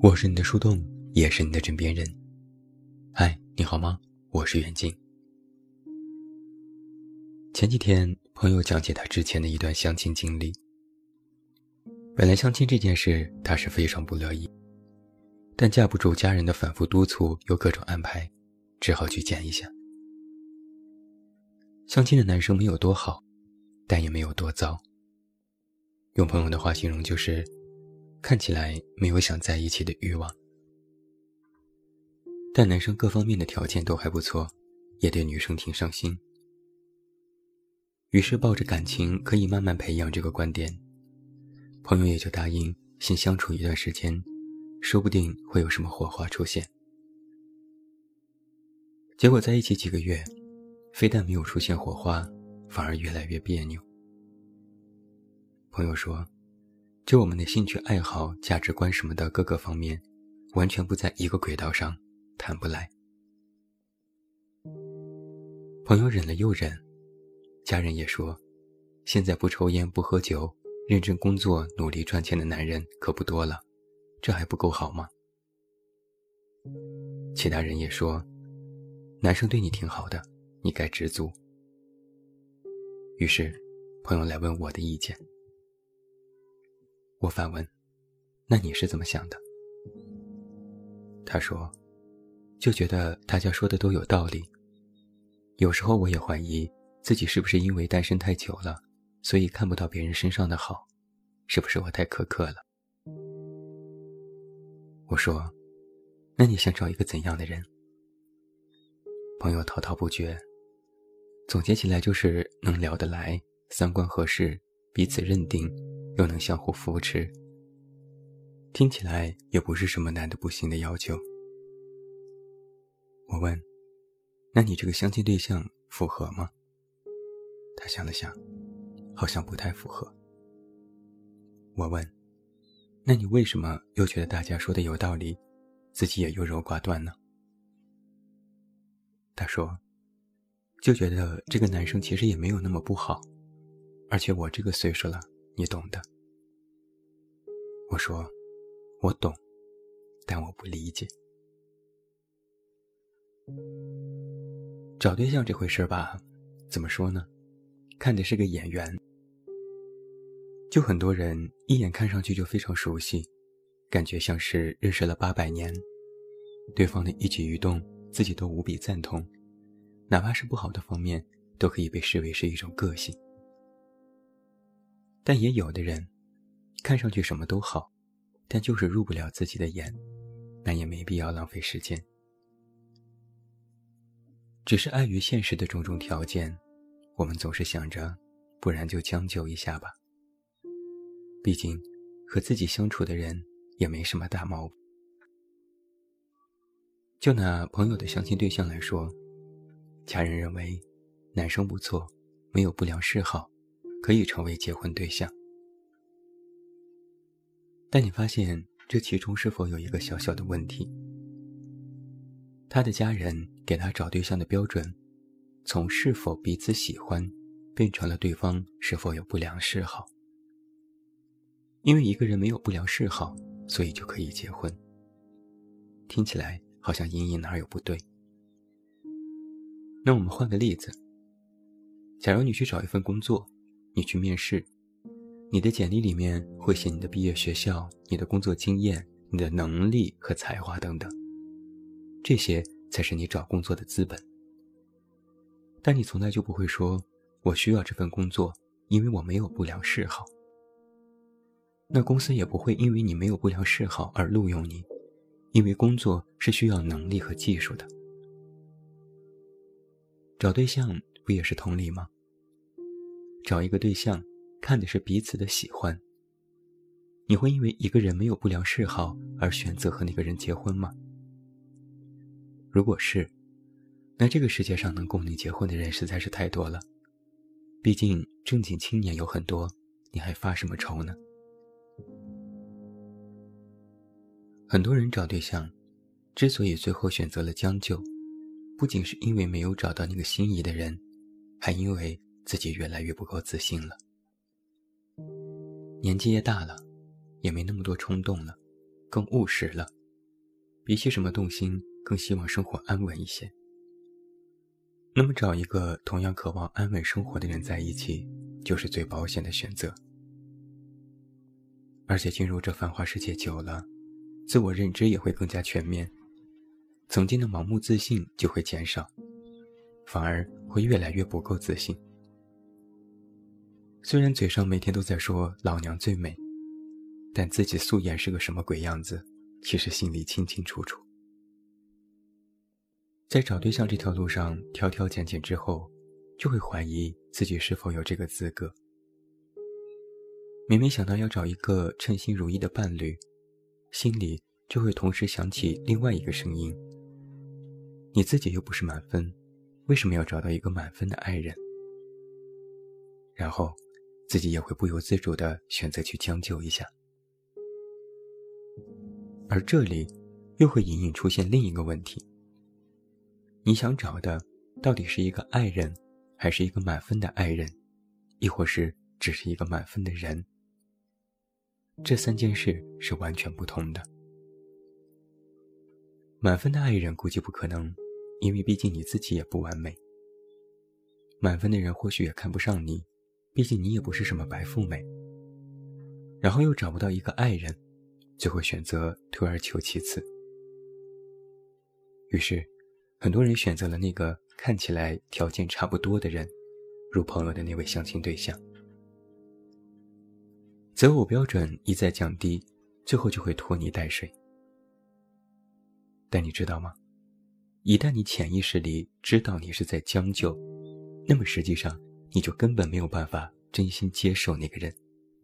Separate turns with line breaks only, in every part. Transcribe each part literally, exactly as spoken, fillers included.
我是你的树洞，也是你的枕边人。嗨，你好吗？我是袁静。前几天朋友讲起他之前的一段相亲经历。本来相亲这件事他是非常不乐意，但架不住家人的反复督促，有各种安排，只好去见一下。相亲的男生没有多好，但也没有多糟。用朋友的话形容就是看起来没有想在一起的欲望。但男生各方面的条件都还不错，也对女生挺上心。于是抱着感情可以慢慢培养这个观点，朋友也就答应先相处一段时间，说不定会有什么火花出现。结果在一起几个月，非但没有出现火花，反而越来越别扭。朋友说，就我们的兴趣爱好、价值观什么的各个方面，完全不在一个轨道上，谈不来。朋友忍了又忍，家人也说，现在不抽烟不喝酒，认真工作努力赚钱的男人可不多了，这还不够好吗？其他人也说，男生对你挺好的，你该知足。于是朋友来问我的意见。我反问，那你是怎么想的？他说，就觉得大家说的都有道理。有时候我也怀疑自己是不是因为单身太久了，所以看不到别人身上的好，是不是我太苛刻了？我说，那你想找一个怎样的人？朋友滔滔不绝，总结起来就是能聊得来，三观合适，彼此认定，又能相互扶持。听起来也不是什么难得不行的要求。我问，那你这个相亲对象符合吗？他想了想，好像不太符合。我问，那你为什么又觉得大家说的有道理，自己也优柔寡断呢？他说，就觉得这个男生其实也没有那么不好，而且我这个岁数了，你懂的。我说，我懂，但我不理解。找对象这回事吧，怎么说呢？看的是个眼缘。就很多人一眼看上去就非常熟悉，感觉像是认识了八百年，对方的一举一动自己都无比赞同，哪怕是不好的方面，都可以被视为是一种个性。但也有的人看上去什么都好，但就是入不了自己的眼，那也没必要浪费时间。只是碍于现实的种种条件，我们总是想着，不然就将就一下吧。毕竟和自己相处的人也没什么大毛病。就拿朋友的相亲对象来说，家人认为男生不错，没有不良嗜好，可以成为结婚对象。但你发现这其中是否有一个小小的问题？他的家人给他找对象的标准，从是否彼此喜欢，变成了对方是否有不良嗜好。因为一个人没有不良嗜好，所以就可以结婚。听起来好像隐隐哪有不对。那我们换个例子，假如你去找一份工作，你去面试，你的简历里面会写你的毕业学校、你的工作经验、你的能力和才华等等，这些才是你找工作的资本。但你从来就不会说，我需要这份工作，因为我没有不良嗜好。那公司也不会因为你没有不良嗜好而录用你，因为工作是需要能力和技术的。找对象不也是同理吗？找一个对象，看的是彼此的喜欢。你会因为一个人没有不良嗜好而选择和那个人结婚吗？如果是，那这个世界上能供你结婚的人实在是太多了。毕竟正经青年有很多，你还发什么愁呢？很多人找对象，之所以最后选择了将就，不仅是因为没有找到那个心仪的人，还因为自己越来越不够自信了。年纪也大了，也没那么多冲动了， 更务实了，比起什么动心，更希望生活安稳一些。那么找一个同样渴望安稳生活的人在一起，就是最保险的选择。而且进入这繁华世界久了，自我认知也会更加全面，曾经的盲目自信就会减少，反而会越来越不够自信。虽然嘴上每天都在说老娘最美，但自己素颜是个什么鬼样子，其实心里清清楚楚。在找对象这条路上挑挑拣拣之后，就会怀疑自己是否有这个资格。每每想到要找一个称心如意的伴侣，心里就会同时想起另外一个声音：你自己又不是满分，为什么要找到一个满分的爱人？然后自己也会不由自主地选择去将就一下。而这里又会隐隐出现另一个问题，你想找的到底是一个爱人，还是一个满分的爱人，亦或是只是一个满分的人？这三件事是完全不同的。满分的爱人估计不可能，因为毕竟你自己也不完美。满分的人或许也看不上你，毕竟你也不是什么白富美。然后又找不到一个爱人，就会选择退而求其次。于是很多人选择了那个看起来条件差不多的人，如朋友的那位相亲对象。择偶标准一再降低，最后就会拖泥带水。但你知道吗？一旦你潜意识里知道你是在将就，那么实际上你就根本没有办法真心接受那个人。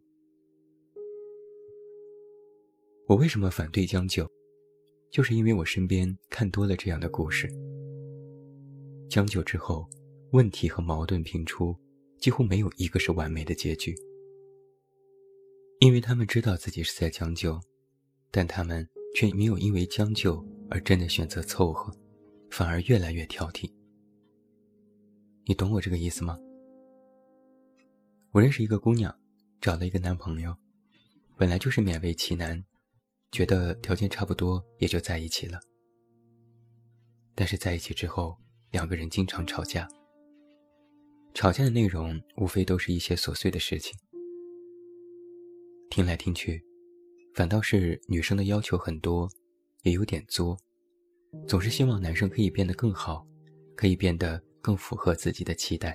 我为什么反对将就？就是因为我身边看多了这样的故事。将就之后，问题和矛盾频出，几乎没有一个是完美的结局。因为他们知道自己是在将就，但他们却没有因为将就而真的选择凑合，反而越来越挑剔。你懂我这个意思吗？我认识一个姑娘，找了一个男朋友，本来就是勉为其难，觉得条件差不多也就在一起了。但是在一起之后，两个人经常吵架。吵架的内容无非都是一些琐碎的事情。听来听去，反倒是女生的要求很多，也有点作，总是希望男生可以变得更好，可以变得更符合自己的期待。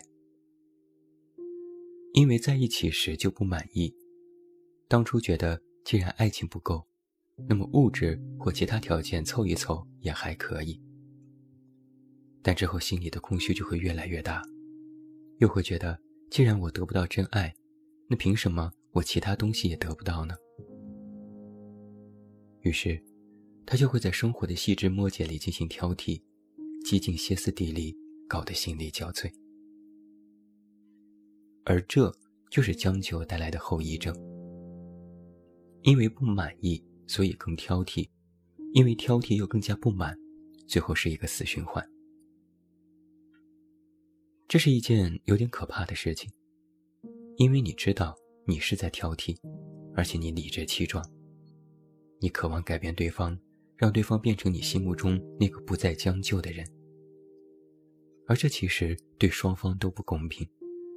因为在一起时就不满意，当初觉得既然爱情不够，那么物质或其他条件凑一凑也还可以。但之后心里的空虚就会越来越大，又会觉得既然我得不到真爱，那凭什么我其他东西也得不到呢？于是他就会在生活的细枝末节里进行挑剔，几近歇斯底里，搞得心力交瘁。而这就是将就带来的后遗症。因为不满意，所以更挑剔，因为挑剔又更加不满，最后是一个死循环。这是一件有点可怕的事情，因为你知道你是在挑剔，而且你理直气壮，你渴望改变对方，让对方变成你心目中那个不再将就的人，而这其实对双方都不公平。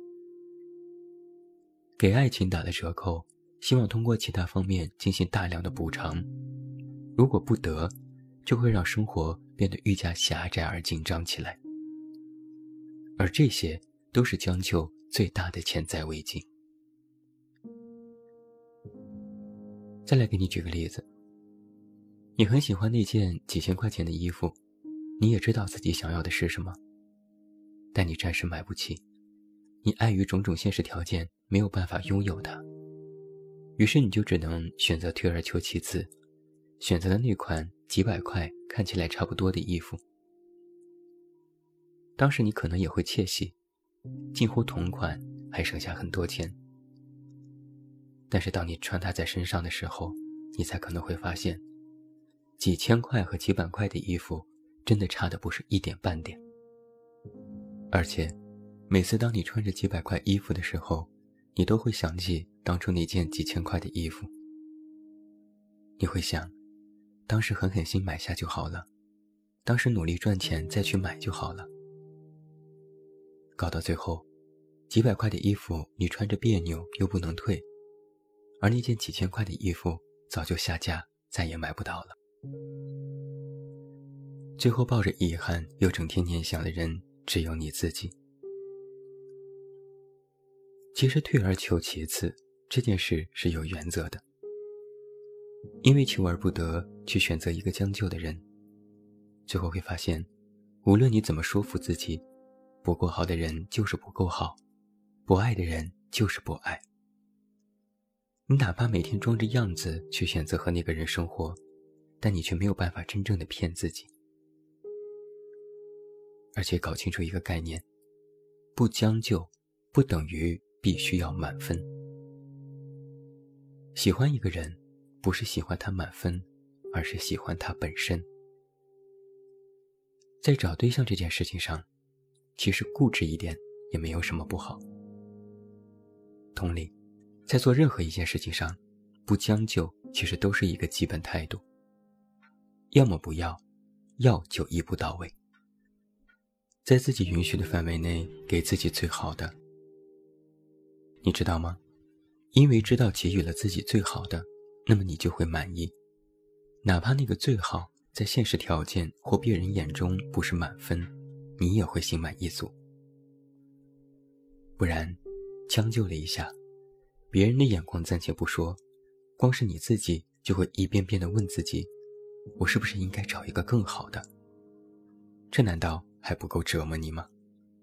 给爱情打了折扣，希望通过其他方面进行大量的补偿，如果不得，就会让生活变得愈加狭窄而紧张起来。而这些都是将就最大的潜在危机。再来给你举个例子，你很喜欢那件几千块钱的衣服，你也知道自己想要的是什么，但你暂时买不起，你碍于种种现实条件没有办法拥有它，于是你就只能选择退而求其次，选择了那款几百块看起来差不多的衣服。当时你可能也会窃喜，近乎同款还剩下很多钱。但是当你穿它在身上的时候，你才可能会发现，几千块和几百块的衣服真的差的不是一点半点。而且每次当你穿着几百块衣服的时候，你都会想起当初那件几千块的衣服。你会想， 当时狠狠心买下就好了，当时努力赚钱再去买就好了。搞到最后，几百块的衣服你穿着别扭又不能退，而那件几千块的衣服早就下架，再也买不到了。最后抱着遗憾又整天念想的人只有你自己。其实退而求其次这件事是有原则的，因为求而不得去选择一个将就的人，最后会发现，无论你怎么说服自己，不够好的人就是不够好，不爱的人就是不爱。你哪怕每天装着样子去选择和那个人生活，但你却没有办法真正的骗自己。而且搞清楚一个概念，不将就不等于必须要满分。喜欢一个人，不是喜欢他满分，而是喜欢他本身。在找对象这件事情上，其实固执一点也没有什么不好。同理，在做任何一件事情上，不将就其实都是一个基本态度。要么不要，要就一步到位。在自己允许的范围内，给自己最好的。你知道吗？因为知道给予了自己最好的，那么你就会满意。哪怕那个最好在现实条件或别人眼中不是满分，你也会心满意足。不然，将就了一下，别人的眼光暂且不说，光是你自己就会一遍遍地问自己，我是不是应该找一个更好的？这难道还不够折磨你吗？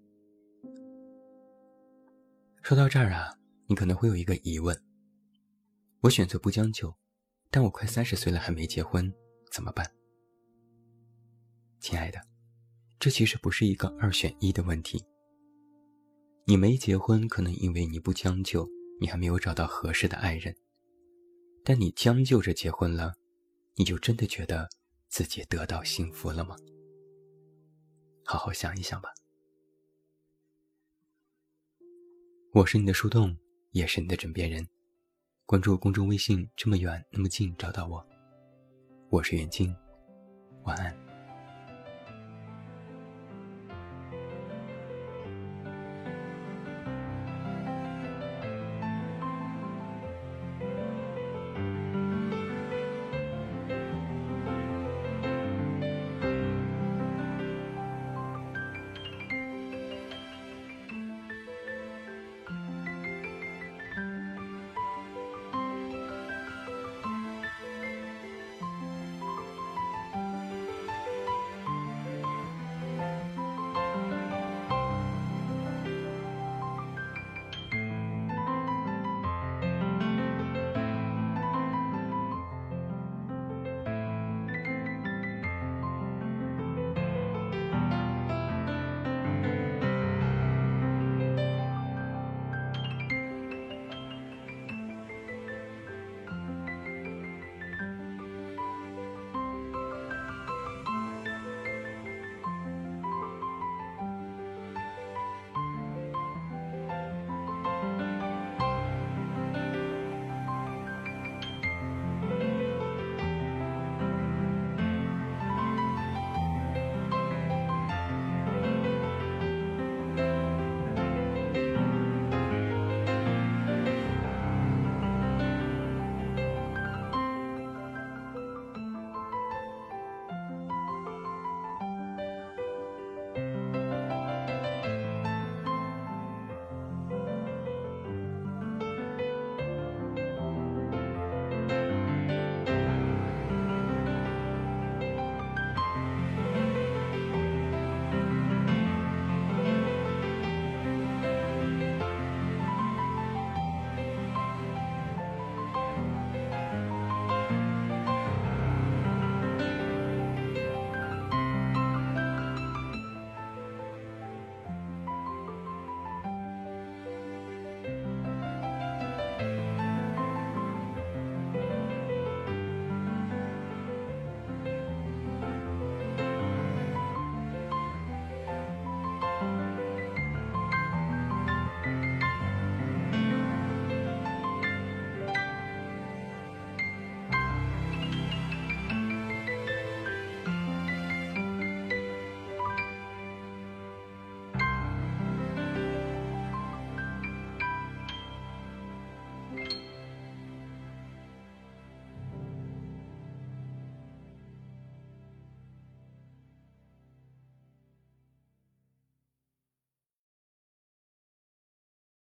说到这儿啊，你可能会有一个疑问，我选择不将就，但我快三十岁了还没结婚，怎么办？亲爱的，这其实不是一个二选一的问题。你没结婚，可能因为你不将就，你还没有找到合适的爱人，但你将就着结婚了，你就真的觉得自己得到幸福了吗？好好想一想吧。我是你的树洞，也是你的枕边人。关注公众微信，这么远那么近找到我。我是远近，晚安。